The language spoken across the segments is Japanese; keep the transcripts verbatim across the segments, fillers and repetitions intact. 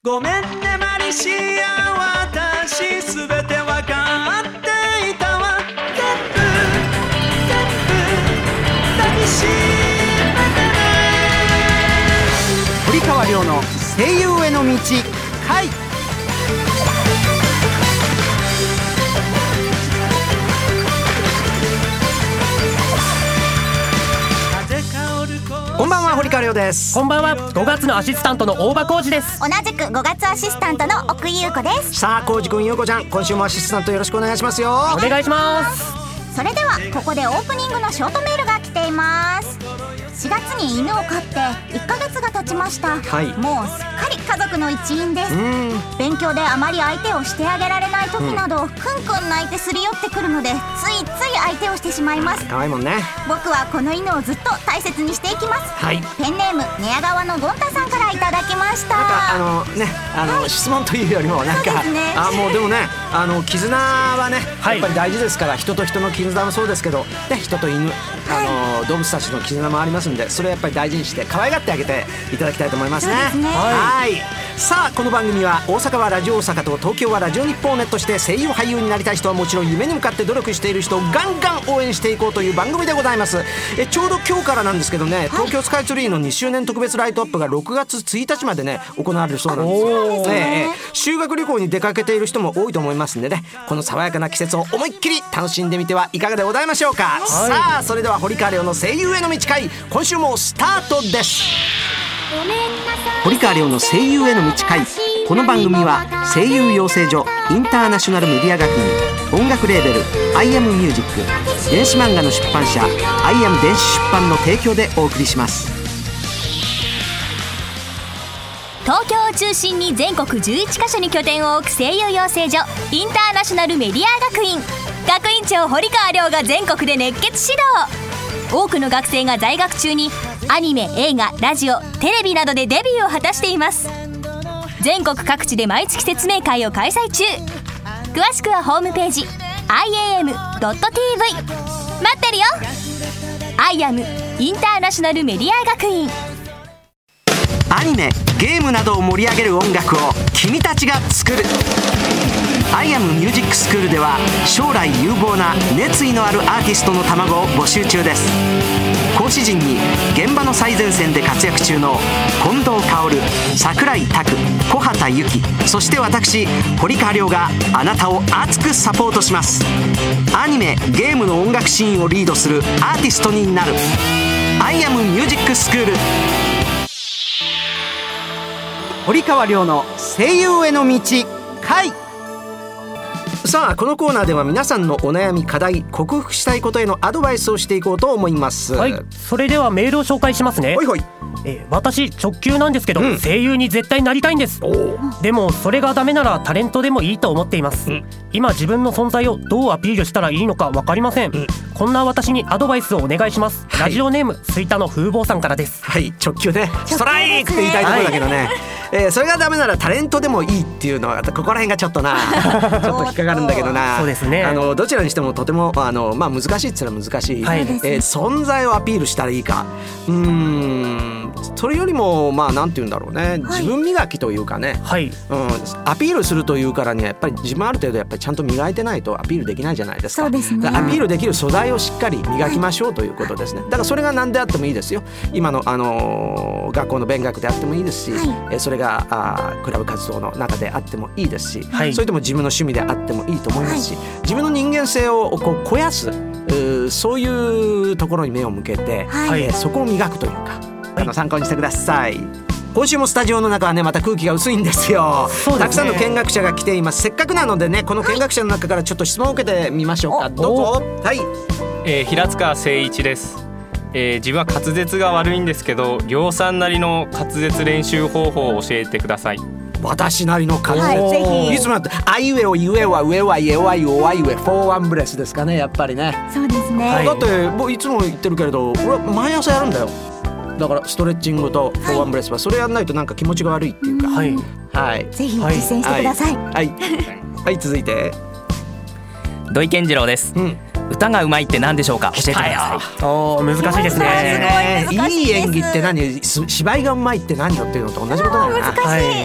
ごめんねマリシア、私すべてわかっていたわ。全部全部抱きしめてね。 堀川亮の声優への道回。こんばんは、堀川亮です。 こんばんは、ごがつのアシスタントの大場浩二です。 同じくごがつアシスタントの奥井優子です。 さあ、浩二くん、優子ちゃん、今週もアシスタントよろしくお願いしますよ。 お願いします。 それではここでオープニングのショートメールが来ています。しがつに犬を飼っていっかげつが経ちました、はい、もうすっかり家族の一員です。勉強であまり相手をしてあげられない時など、うん、クンクン泣いてすり寄ってくるのでついつい相手をしてしまいます。 可愛いもんね。 僕はこの犬をずっと大切にしていきます、はい、ペンネーム寝屋川のゴンタさんからいただきました。 なんかあのねあの、はい、質問というよりもなんか、ね、あもうでもねあの絆はね、はい、やっぱり大事ですから、人と人の絆もそうですけど、ね、人と犬、あの、はい、動物たちの絆もありますんで、それはやっぱり大事にして可愛がってあげていただきたいと思いますね。 そうですね。 はい。さあ、この番組は大阪はラジオ大阪と東京はラジオ日本をネットして声優俳優になりたい人はもちろん、夢に向かって努力している人をガンガン応援していこうという番組でございます。えちょうど今日からなんですけどね、東京スカイツリーのにしゅうねん特別ライトアップがろくがつついたちまでね行われるそうなんですよ。 ですね。 えー、修学旅行に出かけている人も多いと思いますんでね、この爽やかな季節を思いっきり楽しんでみてはいかがでございましょうか。はい、さあ、それでは堀川亮の声優への道会、今週もスタートです。堀川亮の声優への道会。この番組は声優養成所インターナショナルメディア学院、音楽レーベル アイエム ミュージック、電子漫画の出版社 アイエム 電子出版の提供でお送りします。 東京を中心に全国じゅういちカ所に拠点を置く声優養成所インターナショナルメディア学院、学院長堀川亮が全国で熱血指導。多くの学生が在学中にアニメ、映画、ラジオ、テレビなどでデビューを果たしています。全国各地で毎月説明会を開催中。詳しくはホームページ アイエーエムドットティーブイ 待ってるよ。アイアムインターナショナルメディア学院。 アニメ、ゲームなどを盛り上げる音楽を君たちが作る。アイアムミュージックスクールでは将来有望な熱意のあるアーティストの卵を募集中です。講師陣に現場の最前線で活躍中の近藤薫、櫻井拓、小畑由紀、そして私堀川亮があなたを熱くサポートします。アニメ、ゲームの音楽シーンをリードするアーティストになる。アイアムミュージックスクール。堀川亮の声優への道回。さあ、このコーナーでは皆さんのお悩み、課題、克服したいことへのアドバイスをしていこうと思います。 はい、それではメールを紹介しますね。 ほいほい。 えー、私直球なんですけど、うん、声優に絶対なりたいんです。でもそれがダメならタレントでもいいと思っています、うん、今自分の存在をどうアピールしたらいいのか分かりません、うん、こんな私にアドバイスをお願いします、はい、ラジオネーム吹田の風貌さんからです。 はい、直球ね、ストライクって言いたいところだけどね、はい、えー、それがダメならタレントでもいいっていうのはここら辺がちょっとなちょっと引っかかるんだけどな。 そうですね、 あのどちらにしてもとてもあの、まあ、難しいって言ったら難しい、はい、えー、存在をアピールしたらいいか、うーん、それよりもまあなんて言うんだろうね、自分磨きというかね、はい、うん、アピールするというからにはやっぱり自分ある程度やっぱりちゃんと磨いてないとアピールできないじゃないですか。 そうですね、 アピールできる素材をしっかり磨きましょうということですね。だからそれが何であってもいいですよ。今の、あのー、学校の勉学であってもいいですし、はい、えー、それがあクラブ活動の中であってもいいですし、はい、それとも自分の趣味であってもいいと思いますし、はい、自分の人間性をこう肥やす、そういうところに目を向けて、はい、えー、そこを磨くというか、あの参考にしてください。今週もスタジオの中はね、また空気が薄いんですよ。そうですね、たくさんの見学者が来ています。せっかくなのでね、この見学者の中からちょっと質問を受けてみましょうか。どうぞ。はい、 えー、平塚誠一です。えー、自分は滑舌が悪いんですけど、亮さんなりの滑舌練習方法を教えてください。 私なりの滑舌、 はい、ぜひ。 いつもだってあいうえおいうえは上はえわいおわいうえフォーワンブレスですかね、やっぱりね。 そうですね、 はい、だって僕いつも言ってるけれど、俺は毎朝やるんだよ。だからストレッチングとフォーワンブレスはそれやんないとなんか気持ちが悪いっていうか、はい、はい、 ぜひ実践してください。 はい、はいはい、続いて土井健次郎です、うん、歌がうまいって何でしょうか、教えてください。 お難しいですね。 いい演技って何、芝居がうまいって何よっていうのと同じことだよな。 難しい、 はい、やっぱ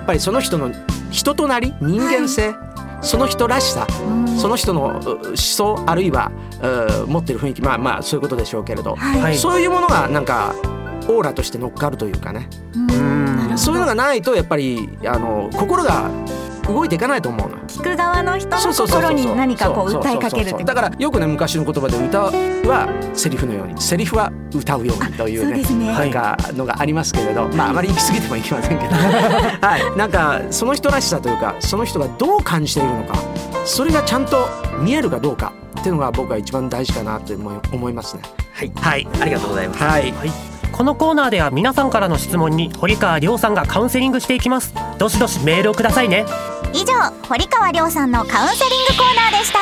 ぱりその人の人となり、人間性、はい、その人らしさ、その人の思想、あるいは持ってる雰囲気、まあまあそういうことでしょうけれど、はい、そういうものがなんかオーラとして乗っかるというかね、うん、そういうのがないとやっぱりあの心が動いていかないと思うの。 聞く側の人の心に何かこう訴えかけるって。 だからよくね、昔の言葉で歌はセリフのように、セリフは歌うようにというね、ねなんかのがありますけれど、まああまり行き過ぎてもいけませんけどはい、なんかその人らしさというか、その人がどう感じているのか、それがちゃんと見えるかどうかっていうのが僕は一番大事かなと思いますね。 はい、はい、ありがとうございます。 はい、 はい、このコーナーでは皆さんからの質問に堀川亮さんがカウンセリングしていきます。どしどしメールをくださいね。 以上、堀川亮さんのカウンセリングコーナーでした。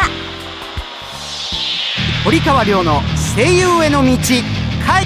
堀川亮の声優への道、かい。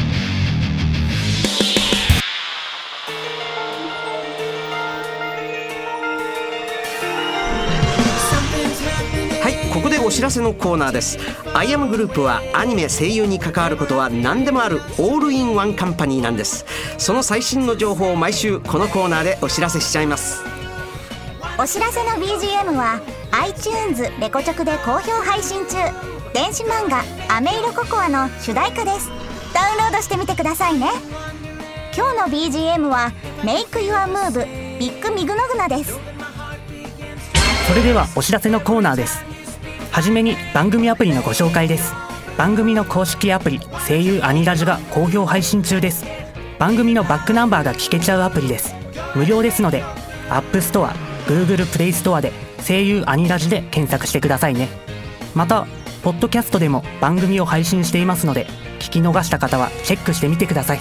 はい、ここでお知らせのコーナーです。アイアムグループはアニメ声優に関わることは何でもあるオールインワンカンパニーなんです。その最新の情報を毎週このコーナーでお知らせしちゃいます。 お知らせの ビージーエム は iTunes レコチョクで好評配信中、電子漫画アメイロココアの主題歌です。ダウンロードしてみてくださいね。今日の ビージーエム は Make Your Move ビッグミグノグナです。 それではお知らせのコーナーです。はじめに番組アプリのご紹介です。番組の公式アプリ声優アニラジが好評配信中です。番組のバックナンバーが聞けちゃうアプリです。無料ですので App Store、Google プレイストアで声優アニラジで検索してくださいね。またポッドキャストでも番組を配信していますので、聞き逃した方はチェックしてみてください。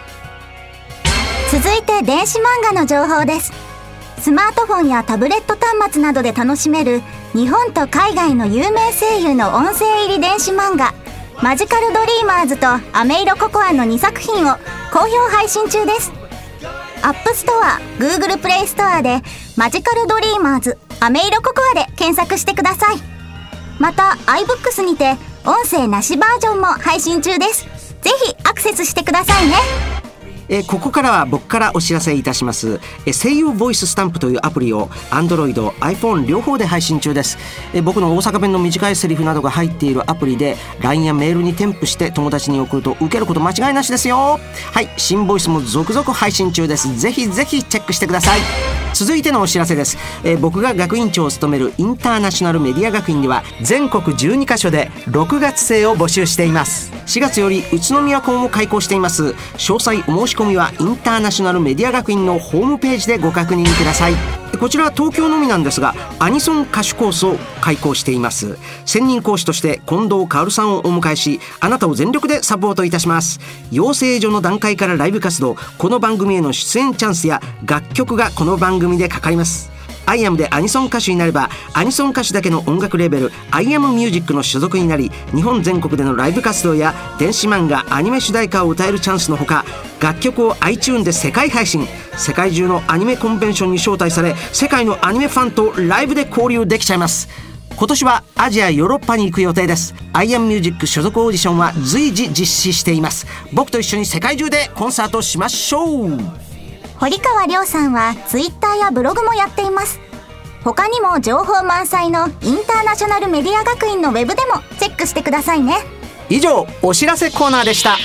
続いて電子漫画の情報です。スマートフォンやタブレット端末などで楽しめる日本と海外の有名声優の音声入り電子漫画マジカルドリーマーズとアメイロココアのにさく品を好評配信中です。アップストア、Google プレイストアでマジカルドリーマーズ、アメイロココアで検索してください。また iBooks にて音声なしバージョンも配信中です。ぜひアクセスしてくださいね。 えー、ここからは僕からお知らせいたします。えー、声優ボイススタンプというアプリを Android、iPhone 両方で配信中です。えー、僕の大阪弁の短いセリフなどが入っているアプリで ライン やメールに添付して友達に送ると受けること間違いなしですよ。はい、新ボイスも続々配信中です。ぜひぜひチェックしてください。続いてのお知らせです。えー、僕が学院長を務めるインターナショナルメディア学院では全国じゅうにカ所でろくがつ生を募集しています。しがつより宇都宮校も開校しています。詳細お申し込みはインターナショナルメディア学院のホームページでご確認ください。こちらは東京のみなんですが、アニソン歌手コースを開講しています。専任講師として近藤薫さんをお迎えし、あなたを全力でサポートいたします。養成所の段階からライブ活動、この番組への出演チャンスや楽曲がこの番組でかかります。アイアムでアニソン歌手になれば、アニソン歌手だけの音楽レーベルアイアムミュージックの所属になり、日本全国でのライブ活動や電子漫画アニメ主題歌を歌えるチャンスのほか、楽曲を iTunes で世界配信、世界中のアニメコンベンションに招待され、世界のアニメファンとライブで交流できちゃいます。今年はアジアヨーロッパに行く予定です。アイアムミュージック所属オーディションは随時実施しています。僕と一緒に世界中でコンサートしましょう。 堀川亮さんはツイッターやブログもやっています。他にも情報満載のインターナショナルメディア学院のウェブでもチェックしてくださいね。 以上、お知らせコーナーでした。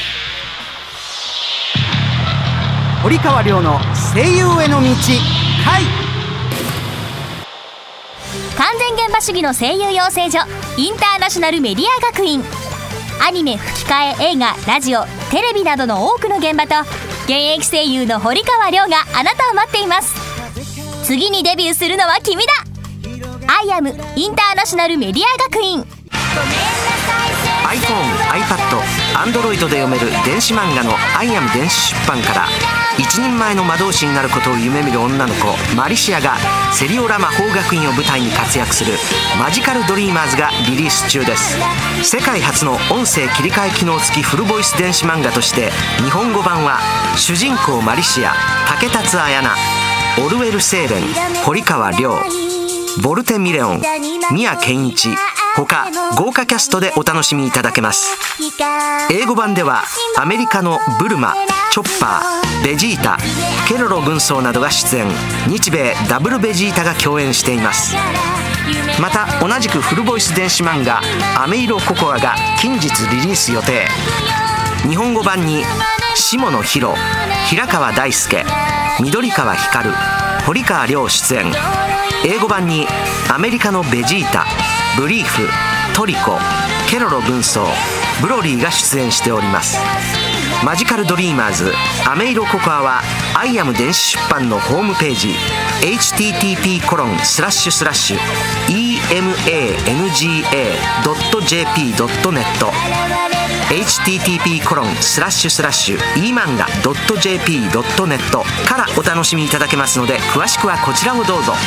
堀川亮の声優への道、回。 完全現場主義の声優養成所インターナショナルメディア学院。アニメ、吹き替え、映画、ラジオ、テレビなどの多くの現場と現役声優の堀川亮があなたを待っています。次にデビューするのは君だ。アイアムインターナショナルメディア学院。 iPhone、iPad、Android で読める電子漫画のアイアム電子出版から、一人前の魔導士になることを夢見る女の子マリシアがセリオラ魔法学院を舞台に活躍するマジカルドリーマーズがリリース中です。世界初の音声切り替え機能付きフルボイス電子漫画として、日本語版は主人公マリシア、竹達彩菜、オルウェル・セーレン、堀川亮、ボルテ・ミレオン、宮健一、 他豪華キャストでお楽しみいただけます。英語版ではアメリカのブルマ、チョッパー、ベジータ、ケロロ軍曹などが出演。日米ダブルベジータが共演しています。また同じくフルボイス電子漫画アメイロココアが近日リリース予定。日本語版に下野紘、平川大輔、緑川光、堀川亮出演。英語版にアメリカのベジータ、ブリーフ、トリコ、ケロロ軍曹、ブロリーが出演しております。マジカルドリーマーズアメイロココアはアイアム電子出版のホームページ エイチティーティーピーコロンスラッシュスラッシュイーエムエーエヌジーエードットジェーピードットネット エイチティーティーピーコロンスラッシュスラッシュイーマンガドットジェーピードットネットからお楽しみいただけますので、詳しくはこちらをどうぞ。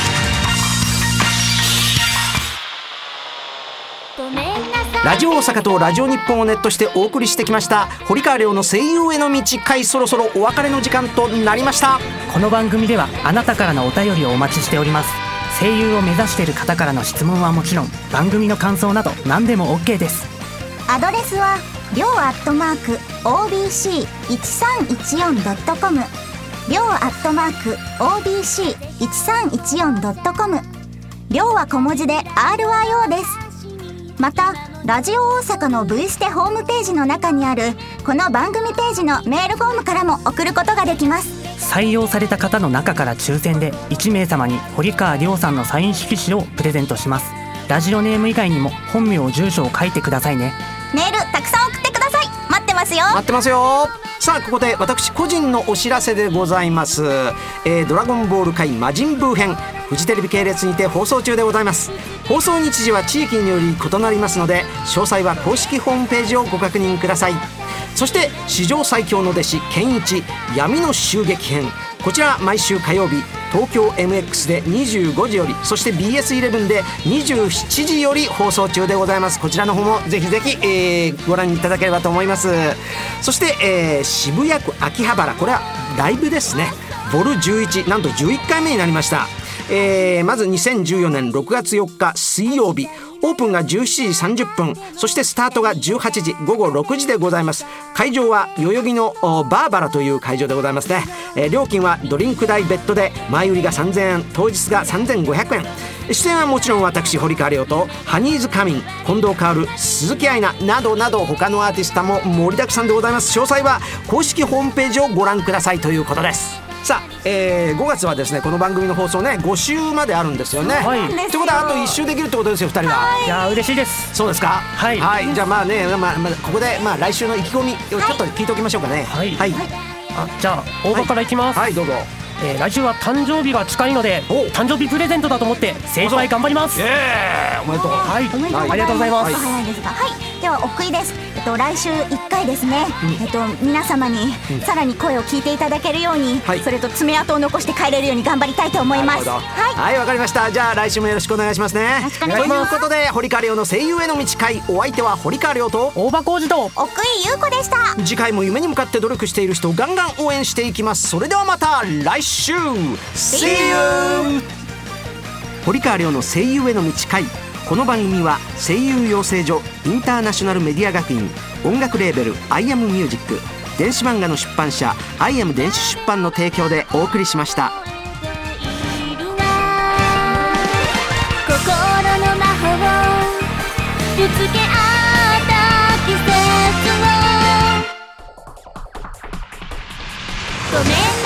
ラジオ大阪とラジオ日本をネットしてお送りしてきました堀川亮の声優への道回、そろそろお別れの時間となりました。 この番組ではあなたからのお便りをお待ちしております。声優を目指している方からの質問はもちろん、番組の感想など何でも OK です。 アドレスはりょうアットマーク オービーシーいちさんいちよんドットコム、りょうアットマーク オービーシーいちさんいちよんドットコム、りょうは小文字で アールワイオー です。またラジオ大阪の V ステホームページの中にあるこの番組ページのメールフォームからも送ることができます。 採用された方の中から抽選でいちめい様に堀川亮さんのサイン色紙をプレゼントします。ラジオネーム以外にも本名住所を書いてくださいね。 メールたくさん送ってください。待ってますよ。 待ってますよ。さあここで私個人のお知らせでございます、えー、ドラゴンボール界魔人ブー編フジテレビ系列にて放送中でございます。放送日時は地域により異なりますので、詳細は公式ホームページをご確認ください。そして史上最強の弟子ケンイチ闇の襲撃編、こちら毎週火曜日東京 エムエックス でにじゅうごじより、そして ビーエスイレブン でにじゅうしちじより放送中でございます。こちらの方もぜひぜひ、えー、ご覧いただければと思います。そして、えー、渋谷区秋葉原、これはライブですね。ボルじゅういち、なんとじゅういっかいめになりました。えー、まずにせんじゅうよねんろくがつよっか水曜日、オープンがじゅうしちじさんじゅっぷん、そしてスタートがじゅうはちじごごろくじでございます。会場は代々木のバーバラという会場でございますね。えー、料金はドリンク代別途で前売りがさんぜんえん、当日がさんぜんごひゃくえん。出演はもちろん私堀川亮とハニーズカミン、近藤薫、鈴木愛菜などなど他のアーティストも盛りだくさんでございます。詳細は公式ホームページをご覧くださいということです。さあ、えー、ごがつはですねこの番組の放送ねご週まであるんですよね。はい、ということはあといっ週できるってことですよふたりは。 いや嬉しいです。 そうですか。はい、はい、じゃあまあね、まあまあ、ここで、まあ、来週の意気込みをちょっと聞いておきましょうかね。はい、はい、 あじゃあ大場からいきます。 はい、はい、どうぞ。 えー、来週は誕生日が近いので誕生日プレゼントだと思って精一杯頑張ります。 えー、おめでとう。 はい、 はい、 ありがとうございます。 早いですが、はい、ではお悔いです。えっと来週いっかいですね、うん、えっと皆様にさらに声を聞いていただけるように、はい、それと爪痕を残して帰れるように頑張りたいと思います。はい、 はい、わかりました。じゃあ来週もよろしくお願いしますね。 よろしくお願いします。 ということで堀川亮の声優への道会、お相手は堀川亮と大場浩二と奥井優子でした。 次回も夢に向かって努力している人をガンガン応援していきます。それではまた来週 See you! 堀川亮の声優への道会、この番組は声優養成所インターナショナルメディア学院、音楽レーベル アイアム ミュージック、電子漫画の出版社 アイアム 電子出版の提供でお送りしました。 心の魔法ぶつけ合った季節をごめん